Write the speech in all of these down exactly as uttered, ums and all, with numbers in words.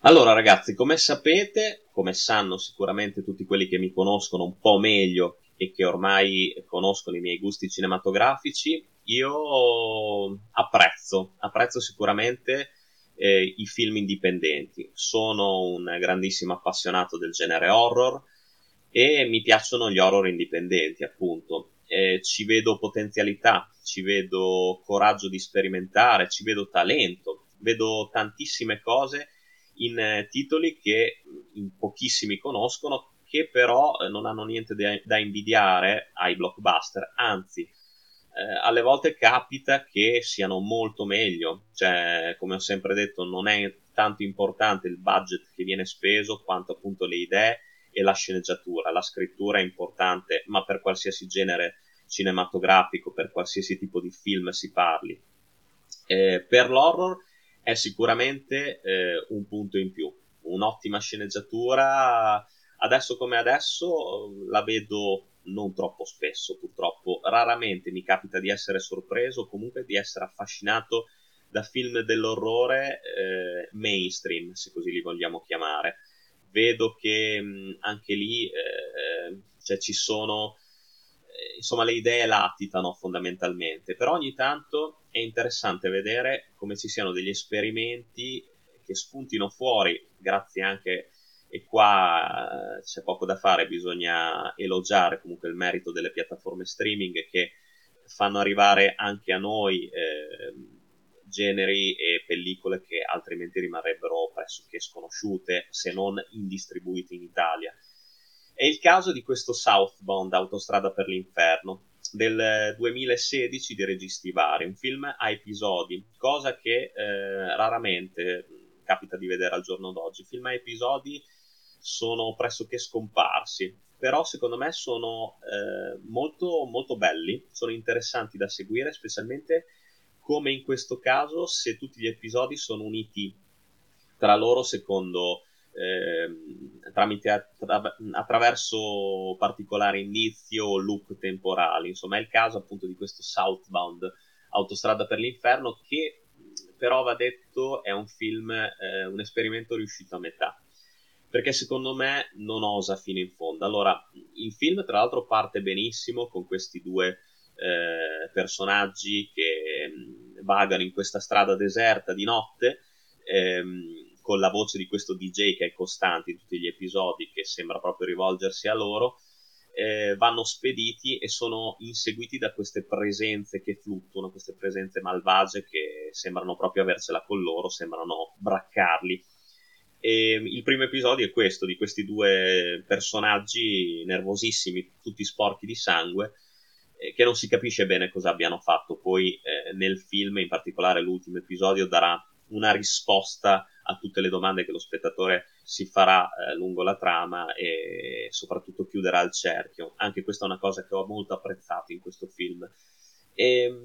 Allora ragazzi, come sapete, come sanno sicuramente tutti quelli che mi conoscono un po' meglio e che ormai conoscono i miei gusti cinematografici, io apprezzo, apprezzo sicuramente eh, i film indipendenti. Sono un grandissimo appassionato del genere horror e mi piacciono gli horror indipendenti, appunto. Eh, ci vedo potenzialità, ci vedo coraggio di sperimentare, ci vedo talento, vedo tantissime cose in eh, titoli che in pochissimi conoscono, che però eh, non hanno niente da, da invidiare ai blockbuster, anzi, eh, alle volte capita che siano molto meglio, cioè, come ho sempre detto, non è tanto importante il budget che viene speso quanto appunto le idee e la sceneggiatura. La scrittura è importante, ma per qualsiasi genere cinematografico, per qualsiasi tipo di film si parli. Eh, per l'horror è sicuramente eh, un punto in più, un'ottima sceneggiatura. Adesso come adesso la vedo non troppo spesso, purtroppo. Raramente mi capita di essere sorpreso o comunque di essere affascinato da film dell'orrore eh, mainstream, se così li vogliamo chiamare. Vedo che mh, anche lì eh, cioè, ci sono eh, insomma le idee latitano fondamentalmente, però ogni tanto è interessante vedere come ci siano degli esperimenti che spuntino fuori, grazie anche, e qua eh, c'è poco da fare, bisogna elogiare comunque il merito delle piattaforme streaming che fanno arrivare anche a noi eh, generi e pellicole che altrimenti rimarrebbero pressoché sconosciute, se non indistribuite in Italia. È il caso di questo Southbound, Autostrada per l'inferno, del duemilasedici di registi vari, un film a episodi, cosa che eh, raramente capita di vedere al giorno d'oggi. Film a episodi sono pressoché scomparsi, però secondo me sono eh, molto, molto belli, sono interessanti da seguire, specialmente come in questo caso se tutti gli episodi sono uniti tra loro secondo eh, tramite attra- attraverso particolari indizi o loop temporali. Insomma, è il caso appunto di questo Southbound, Autostrada per l'inferno, che però va detto è un film, eh, un esperimento riuscito a metà, perché secondo me non osa fino in fondo. Allora, il film tra l'altro parte benissimo con questi due eh, personaggi che mh, vagano in questa strada deserta di notte, ehm, con la voce di questo D J che è costante in tutti gli episodi, che sembra proprio rivolgersi a loro. Eh, vanno spediti e sono inseguiti da queste presenze che fluttuano, queste presenze malvagie che sembrano proprio avercela con loro, sembrano braccarli. E il primo episodio è questo, di questi due personaggi nervosissimi, tutti sporchi di sangue, eh, che non si capisce bene cosa abbiano fatto. Poi eh, nel film, in particolare l'ultimo episodio, darà una risposta a tutte le domande che lo spettatore si farà eh, lungo la trama e soprattutto chiuderà il cerchio. Anche questa è una cosa che ho molto apprezzato in questo film. E,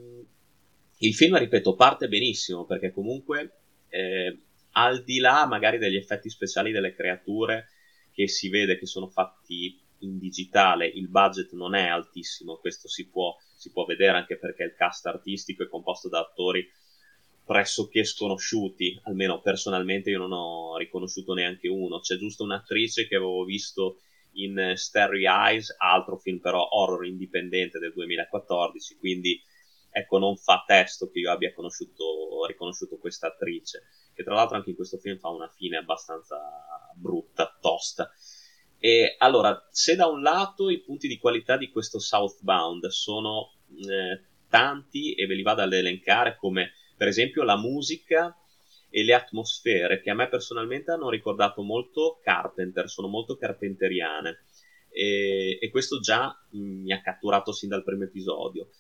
il film, ripeto, parte benissimo perché comunque eh, al di là magari degli effetti speciali delle creature che si vede che sono fatti in digitale, il budget non è altissimo, questo si può, si può vedere anche perché il cast artistico è composto da attori pressoché sconosciuti, almeno personalmente io non ho riconosciuto neanche uno. C'è giusto un'attrice che avevo visto in Starry Eyes, altro film però horror indipendente del duemilaquattordici, quindi ecco, non fa testo che io abbia conosciuto, riconosciuto questa attrice, che tra l'altro anche in questo film fa una fine abbastanza brutta, tosta. E allora, se da un lato i punti di qualità di questo Southbound sono eh, tanti e ve li vado ad elencare, come per esempio la musica e le atmosfere, che a me personalmente hanno ricordato molto Carpenter, sono molto carpenteriane, e, e questo già mh, mi ha catturato sin dal primo episodio.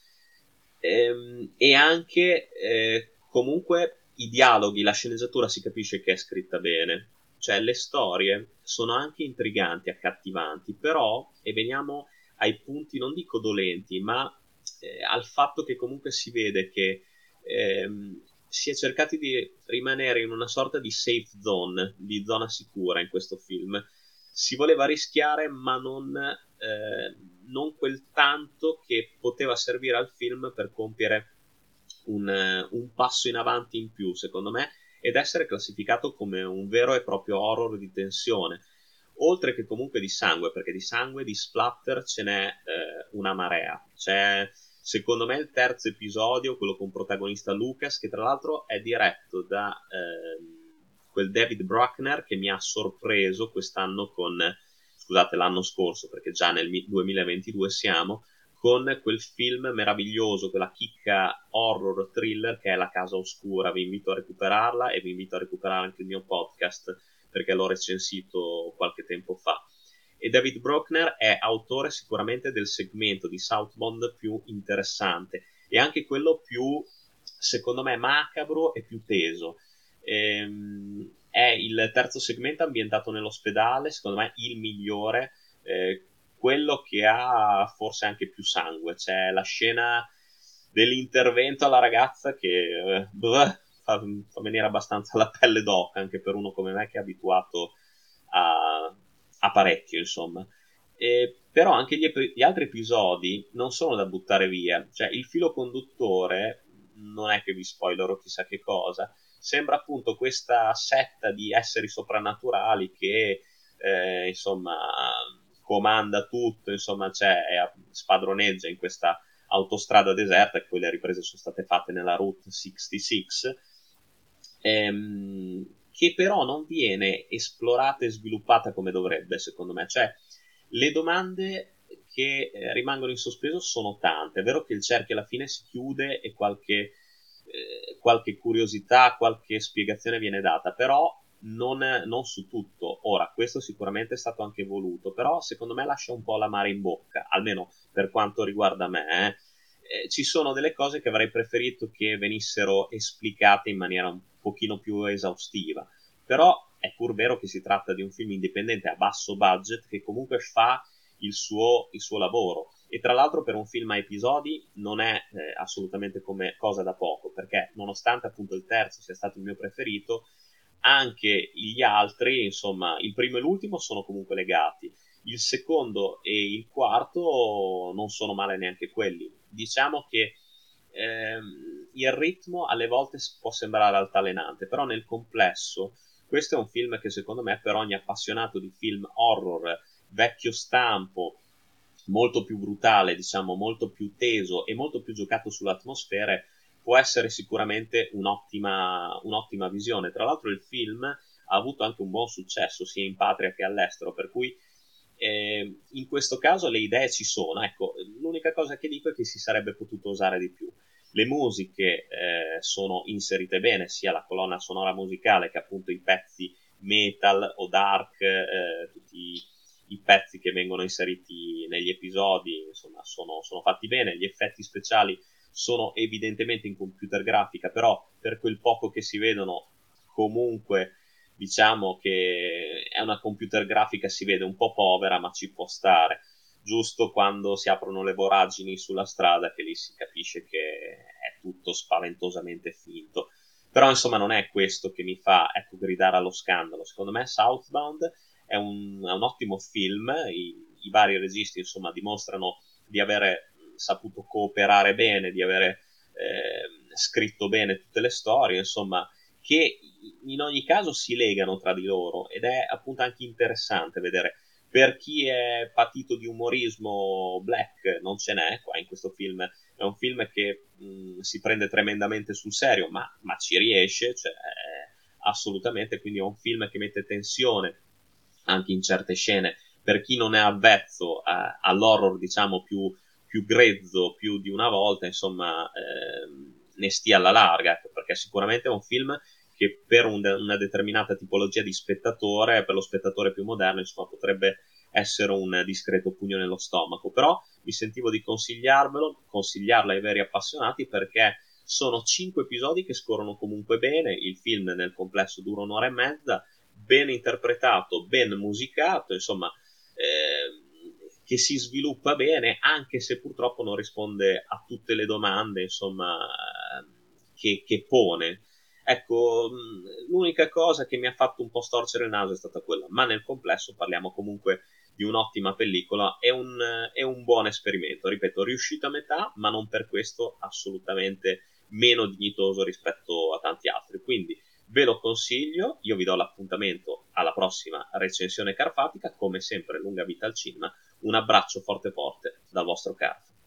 Ehm, e anche eh, comunque i dialoghi, la sceneggiatura si capisce che è scritta bene, cioè le storie sono anche intriganti, accattivanti, però, e veniamo ai punti non dico dolenti, ma eh, al fatto che comunque si vede che ehm, si è cercati di rimanere in una sorta di safe zone, di zona sicura in questo film. Si voleva rischiare, ma non, eh, non quel tanto che poteva servire al film per compiere un, un passo in avanti in più, secondo me, ed essere classificato come un vero e proprio horror di tensione, oltre che comunque di sangue, perché di sangue, di splatter ce n'è eh, una marea. C'è, secondo me, il terzo episodio, quello con protagonista Lucas, che tra l'altro è diretto da eh, quel David Bruckner che mi ha sorpreso quest'anno con, scusate, l'anno scorso, perché già nel duemilaventidue siamo, con quel film meraviglioso, quella chicca horror thriller che è La Casa Oscura. Vi invito a recuperarla e vi invito a recuperare anche il mio podcast, perché l'ho recensito qualche tempo fa. E David Bruckner è autore sicuramente del segmento di Southbound più interessante e anche quello più, secondo me, macabro e più teso. Ehm, è il terzo segmento ambientato nell'ospedale, secondo me il migliore, eh, quello che ha forse anche più sangue. C'è la scena dell'intervento alla ragazza che eh, bleh, fa, fa venire abbastanza la pelle d'oca anche per uno come me che è abituato a, a parecchio, insomma. E, però anche gli, ep- gli altri episodi non sono da buttare via, cioè il filo conduttore non è che vi spoilerò chissà che cosa, sembra appunto questa setta di esseri soprannaturali che eh, insomma comanda tutto, insomma c'è, è, spadroneggia in questa autostrada deserta, che poi le riprese sono state fatte nella Route sessantasei, ehm, che però non viene esplorata e sviluppata come dovrebbe, secondo me. Cioè, le domande che eh, rimangono in sospeso sono tante. È vero che il cerchio alla fine si chiude e qualche, eh, qualche curiosità, qualche spiegazione viene data, però non, non su tutto. Ora, questo sicuramente è stato anche voluto, però secondo me lascia un po' l'amaro in bocca, almeno per quanto riguarda me. Eh. Eh, ci sono delle cose che avrei preferito che venissero esplicate in maniera un pochino più esaustiva, però è pur vero che si tratta di un film indipendente a basso budget che comunque fa il suo, il suo lavoro, e tra l'altro per un film a episodi non è eh, assolutamente come cosa da poco, perché nonostante appunto il terzo sia stato il mio preferito, anche gli altri, insomma il primo e l'ultimo sono comunque legati, il secondo e il quarto non sono male neanche quelli. Diciamo che ehm, il ritmo alle volte può sembrare altalenante, però nel complesso questo è un film che secondo me per ogni appassionato di film horror vecchio stampo, molto più brutale, diciamo, molto più teso e molto più giocato sulle atmosfere, può essere sicuramente un'ottima, un'ottima visione. Tra l'altro il film ha avuto anche un buon successo sia in patria che all'estero, per cui eh, in questo caso le idee ci sono. Ecco, l'unica cosa che dico è che si sarebbe potuto usare di più. Le musiche eh, sono inserite bene, sia la colonna sonora musicale che appunto i pezzi metal o dark, eh, tutti i pezzi che vengono inseriti negli episodi, insomma, sono, sono fatti bene. Gli effetti speciali sono evidentemente in computer grafica, però per quel poco che si vedono comunque diciamo che è una computer grafica, si vede un po' povera, ma ci può stare, giusto quando si aprono le voragini sulla strada che lì si capisce che è tutto spaventosamente finto. Però insomma non è questo che mi fa, ecco, gridare allo scandalo. Secondo me Southbound è un, è un ottimo film, I, i vari registi insomma dimostrano di avere saputo cooperare bene, di avere eh, scritto bene tutte le storie, insomma, che in ogni caso si legano tra di loro, ed è appunto anche interessante vedere. Per chi è patito di umorismo black non ce n'è qua in questo film, è un film che mh, si prende tremendamente sul serio, ma, ma ci riesce, cioè, assolutamente, quindi è un film che mette tensione anche in certe scene. Per chi non è avvezzo a, all'horror diciamo più, più grezzo, più di una volta, insomma eh, ne stia alla larga, perché sicuramente è un film che per un de- una determinata tipologia di spettatore, per lo spettatore più moderno, insomma, potrebbe essere un discreto pugno nello stomaco. Però mi sentivo di consigliarvelo, consigliarlo ai veri appassionati, perché sono cinque episodi che scorrono comunque bene. Il film nel complesso dura un'ora e mezza, ben interpretato, ben musicato, insomma, eh, che si sviluppa bene, anche se purtroppo non risponde a tutte le domande, insomma, che, che pone. Ecco, l'unica cosa che mi ha fatto un po' storcere il naso è stata quella, ma nel complesso parliamo comunque di un'ottima pellicola e un, è un buon esperimento, ripeto, riuscito a metà, ma non per questo assolutamente meno dignitoso rispetto a tanti altri. Quindi ve lo consiglio, io vi do l'appuntamento alla prossima recensione carpatica, come sempre lunga vita al cinema, un abbraccio forte forte dal vostro Carf.